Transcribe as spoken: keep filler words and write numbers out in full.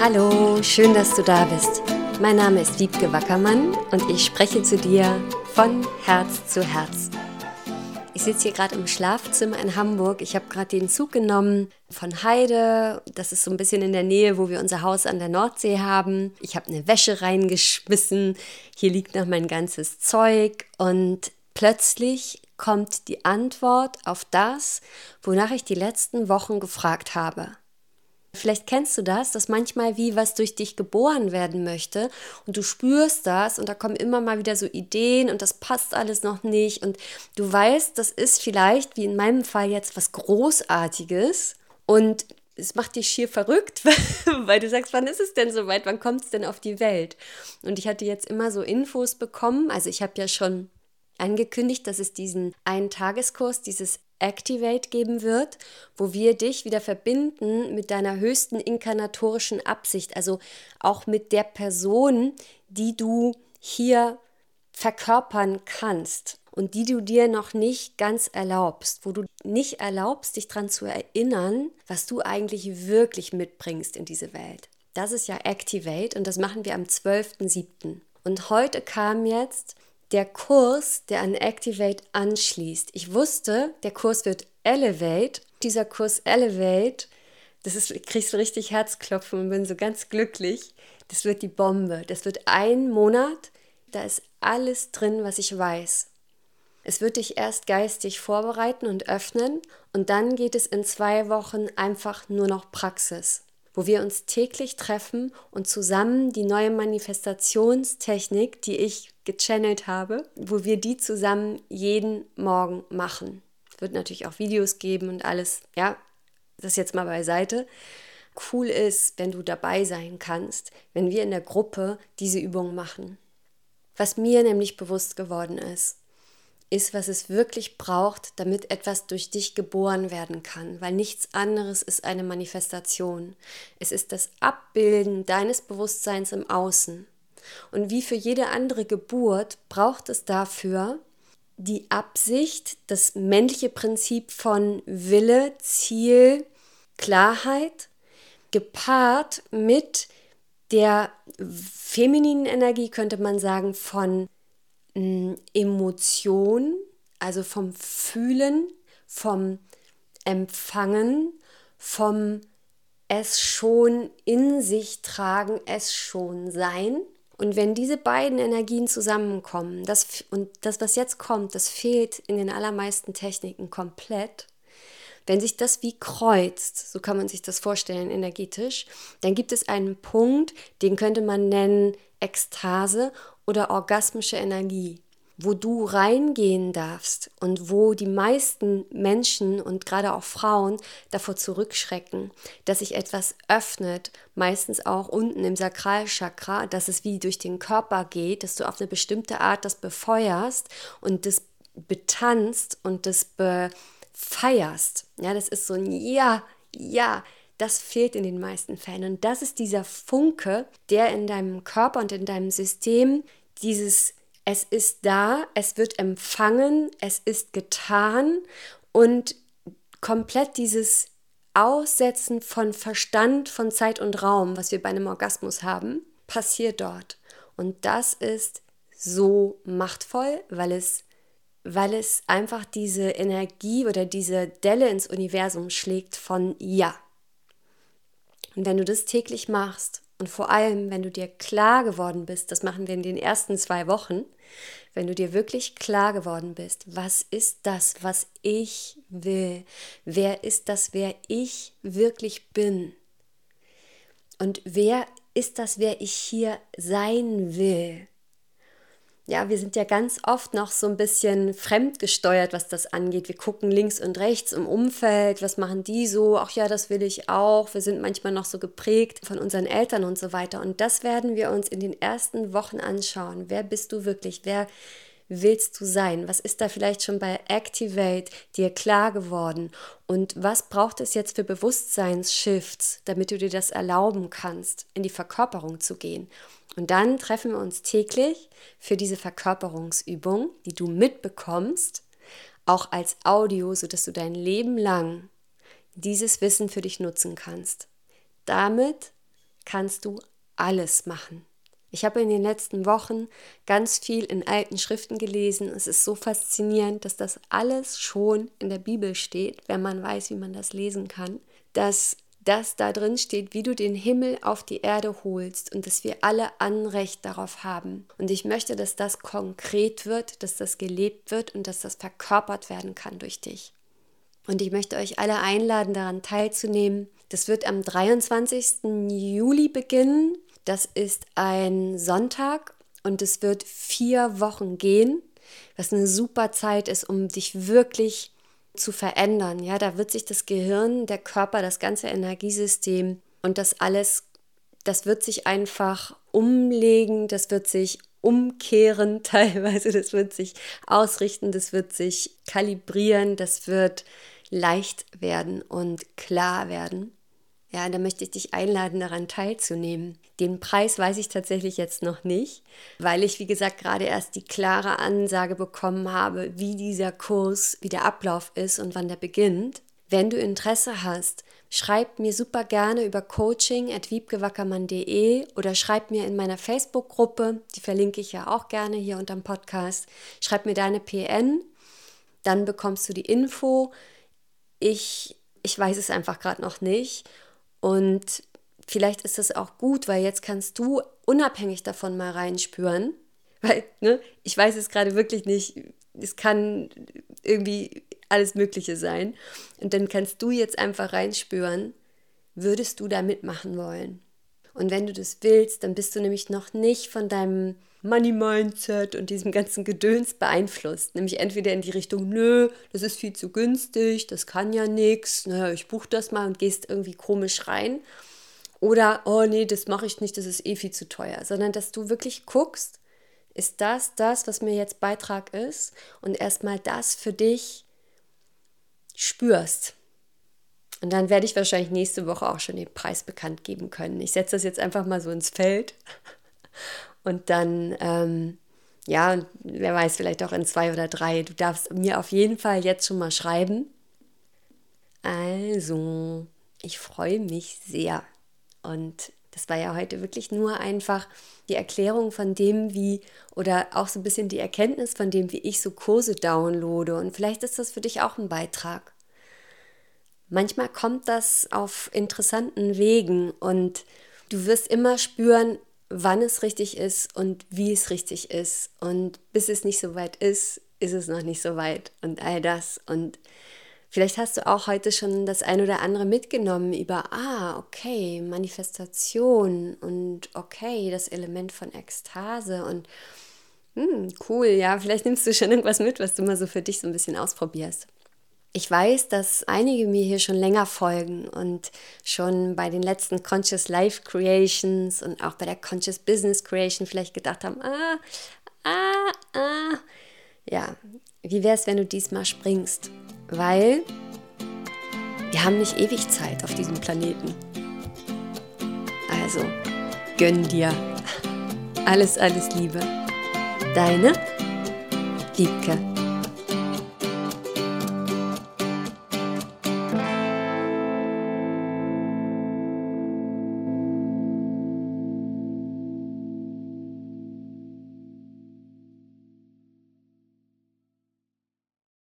Hallo, schön, dass du da bist. Mein Name ist Wiebke Wackermann und ich spreche zu dir von Herz zu Herz. Ich sitze hier gerade im Schlafzimmer in Hamburg. Ich habe gerade den Zug genommen von Heide. Das ist so ein bisschen in der Nähe, wo wir unser Haus an der Nordsee haben. Ich habe eine Wäsche reingeschmissen. Hier liegt noch mein ganzes Zeug. Und plötzlich kommt die Antwort auf das, wonach ich die letzten Wochen gefragt habe. Vielleicht kennst du das, dass manchmal wie was durch dich geboren werden möchte und du spürst das und da kommen immer mal wieder so Ideen und das passt alles noch nicht und du weißt, das ist vielleicht, wie in meinem Fall jetzt, was Großartiges und es macht dich schier verrückt, weil du sagst, wann ist es denn soweit, wann kommt es denn auf die Welt? Und ich hatte jetzt immer so Infos bekommen, also ich habe ja schon angekündigt, dass es diesen einen Tageskurs, dieses Activate geben wird, wo wir dich wieder verbinden mit deiner höchsten inkarnatorischen Absicht, also auch mit der Person, die du hier verkörpern kannst und die du dir noch nicht ganz erlaubst, wo du nicht erlaubst, dich daran zu erinnern, was du eigentlich wirklich mitbringst in diese Welt. Das ist ja Activate und das machen wir am zwölften siebten Und heute kam jetzt der Kurs, der an Activate anschließt. Ich wusste, der Kurs wird Elevate. Dieser Kurs Elevate, das ist, ich kriege so richtig Herzklopfen und bin so ganz glücklich. Das wird die Bombe. Das wird ein Monat, da ist alles drin, was ich weiß. Es wird dich erst geistig vorbereiten und öffnen und dann geht es in zwei Wochen einfach nur noch Praxis, wo wir uns täglich treffen und zusammen die neue Manifestationstechnik, die ich gechannelt habe, wo wir die zusammen jeden Morgen machen. Es wird natürlich auch Videos geben und alles, ja, das jetzt mal beiseite. Cool ist, wenn du dabei sein kannst, wenn wir in der Gruppe diese Übung machen. Was mir nämlich bewusst geworden ist, ist, was es wirklich braucht, damit etwas durch dich geboren werden kann, weil nichts anderes ist eine Manifestation. Es ist das Abbilden deines Bewusstseins im Außen. Und wie für jede andere Geburt braucht es dafür die Absicht, das männliche Prinzip von Wille, Ziel, Klarheit, gepaart mit der femininen Energie, könnte man sagen, von Emotion, also vom Fühlen, vom Empfangen, vom es schon in sich tragen, es schon sein. Und wenn diese beiden Energien zusammenkommen, das, und das, was jetzt kommt, das fehlt in den allermeisten Techniken komplett. Wenn sich das wie kreuzt, so kann man sich das vorstellen energetisch, dann gibt es einen Punkt, den könnte man nennen Ekstase oder orgasmische Energie, wo du reingehen darfst und wo die meisten Menschen und gerade auch Frauen davor zurückschrecken, dass sich etwas öffnet, meistens auch unten im Sakralchakra, dass es wie durch den Körper geht, dass du auf eine bestimmte Art das befeuerst und das betanzt und das befeierst. Ja, das ist so ein Ja, ja, das fehlt in den meisten Fällen. Und das ist dieser Funke, der in deinem Körper und in deinem System dieses Es ist da, es wird empfangen, es ist getan und komplett dieses Aussetzen von Verstand, von Zeit und Raum, was wir bei einem Orgasmus haben, passiert dort. Und das ist so machtvoll, weil es, weil es einfach diese Energie oder diese Delle ins Universum schlägt von Ja. Und wenn du das täglich machst und vor allem, wenn du dir klar geworden bist, das machen wir in den ersten zwei Wochen, wenn du dir wirklich klar geworden bist, was ist das, was ich will? Wer ist das, wer ich wirklich bin? Und wer ist das, wer ich hier sein will? Ja, wir sind ja ganz oft noch so ein bisschen fremdgesteuert, was das angeht. Wir gucken links und rechts im Umfeld, was machen die so? Ach ja, das will ich auch. Wir sind manchmal noch so geprägt von unseren Eltern und so weiter. Und das werden wir uns in den ersten Wochen anschauen. Wer bist du wirklich? Wer willst du sein? Was ist da vielleicht schon bei Activate dir klar geworden? Und was braucht es jetzt für Bewusstseinsshifts, damit du dir das erlauben kannst, in die Verkörperung zu gehen? Und dann treffen wir uns täglich für diese Verkörperungsübung, die du mitbekommst, auch als Audio, sodass du dein Leben lang dieses Wissen für dich nutzen kannst. Damit kannst du alles machen. Ich habe in den letzten Wochen ganz viel in alten Schriften gelesen. Es ist so faszinierend, dass das alles schon in der Bibel steht, wenn man weiß, wie man das lesen kann, dass das da drin steht, wie du den Himmel auf die Erde holst und dass wir alle Anrecht darauf haben. Und ich möchte, dass das konkret wird, dass das gelebt wird und dass das verkörpert werden kann durch dich. Und ich möchte euch alle einladen, daran teilzunehmen. Das wird am dreiundzwanzigsten Juli beginnen. Das ist ein Sonntag und es wird vier Wochen gehen, was eine super Zeit ist, um dich wirklich zu verändern. Ja, da wird sich das Gehirn, der Körper, das ganze Energiesystem und das alles, das wird sich einfach umlegen, das wird sich umkehren teilweise, das wird sich ausrichten, das wird sich kalibrieren, das wird leicht werden und klar werden. Ja, da möchte ich dich einladen, daran teilzunehmen. Den Preis weiß ich tatsächlich jetzt noch nicht, weil ich, wie gesagt, gerade erst die klare Ansage bekommen habe, wie dieser Kurs, wie der Ablauf ist und wann der beginnt. Wenn du Interesse hast, schreib mir super gerne über coaching at wiebkewackermann punkt de oder schreib mir in meiner Facebook-Gruppe, die verlinke ich ja auch gerne hier unterm Podcast, schreib mir deine P N, dann bekommst du die Info. Ich, ich weiß es einfach gerade noch nicht. Und vielleicht ist das auch gut, weil jetzt kannst du unabhängig davon mal reinspüren, weil ne, ich weiß es gerade wirklich nicht, es kann irgendwie alles Mögliche sein. Und dann kannst du jetzt einfach reinspüren, würdest du da mitmachen wollen? Und wenn du das willst, dann bist du nämlich noch nicht von deinem Money-Mindset und diesem ganzen Gedöns beeinflusst. Nämlich entweder in die Richtung, nö, das ist viel zu günstig, das kann ja nichts, naja, ich buche das mal und gehst irgendwie komisch rein. Oder, oh nee, das mache ich nicht, das ist eh viel zu teuer. Sondern, dass du wirklich guckst, ist das das, was mir jetzt Beitrag ist? Und erstmal das für dich spürst. Und dann werde ich wahrscheinlich nächste Woche auch schon den Preis bekannt geben können. Ich setze das jetzt einfach mal so ins Feld. Und dann, ähm, ja, wer weiß, vielleicht auch in zwei oder drei. Du darfst mir auf jeden Fall jetzt schon mal schreiben. Also, ich freue mich sehr. Und das war ja heute wirklich nur einfach die Erklärung von dem, wie, oder auch so ein bisschen die Erkenntnis von dem, wie ich so Kurse downloade. Und vielleicht ist das für dich auch ein Beitrag. Manchmal kommt das auf interessanten Wegen und du wirst immer spüren, wann es richtig ist und wie es richtig ist. Und bis es nicht so weit ist, ist es noch nicht so weit und all das. Und vielleicht hast du auch heute schon das ein oder andere mitgenommen über, ah, okay, Manifestation und okay, das Element von Ekstase und hm, cool, ja, vielleicht nimmst du schon irgendwas mit, was du mal so für dich so ein bisschen ausprobierst. Ich weiß, dass einige mir hier schon länger folgen und schon bei den letzten Conscious Life Creations und auch bei der Conscious Business Creation vielleicht gedacht haben, ah, ah, ah. Ja, wie wäre es, wenn du diesmal springst? Weil wir haben nicht ewig Zeit auf diesem Planeten. Also, gönn dir. Alles, alles Liebe. Deine Wiebke.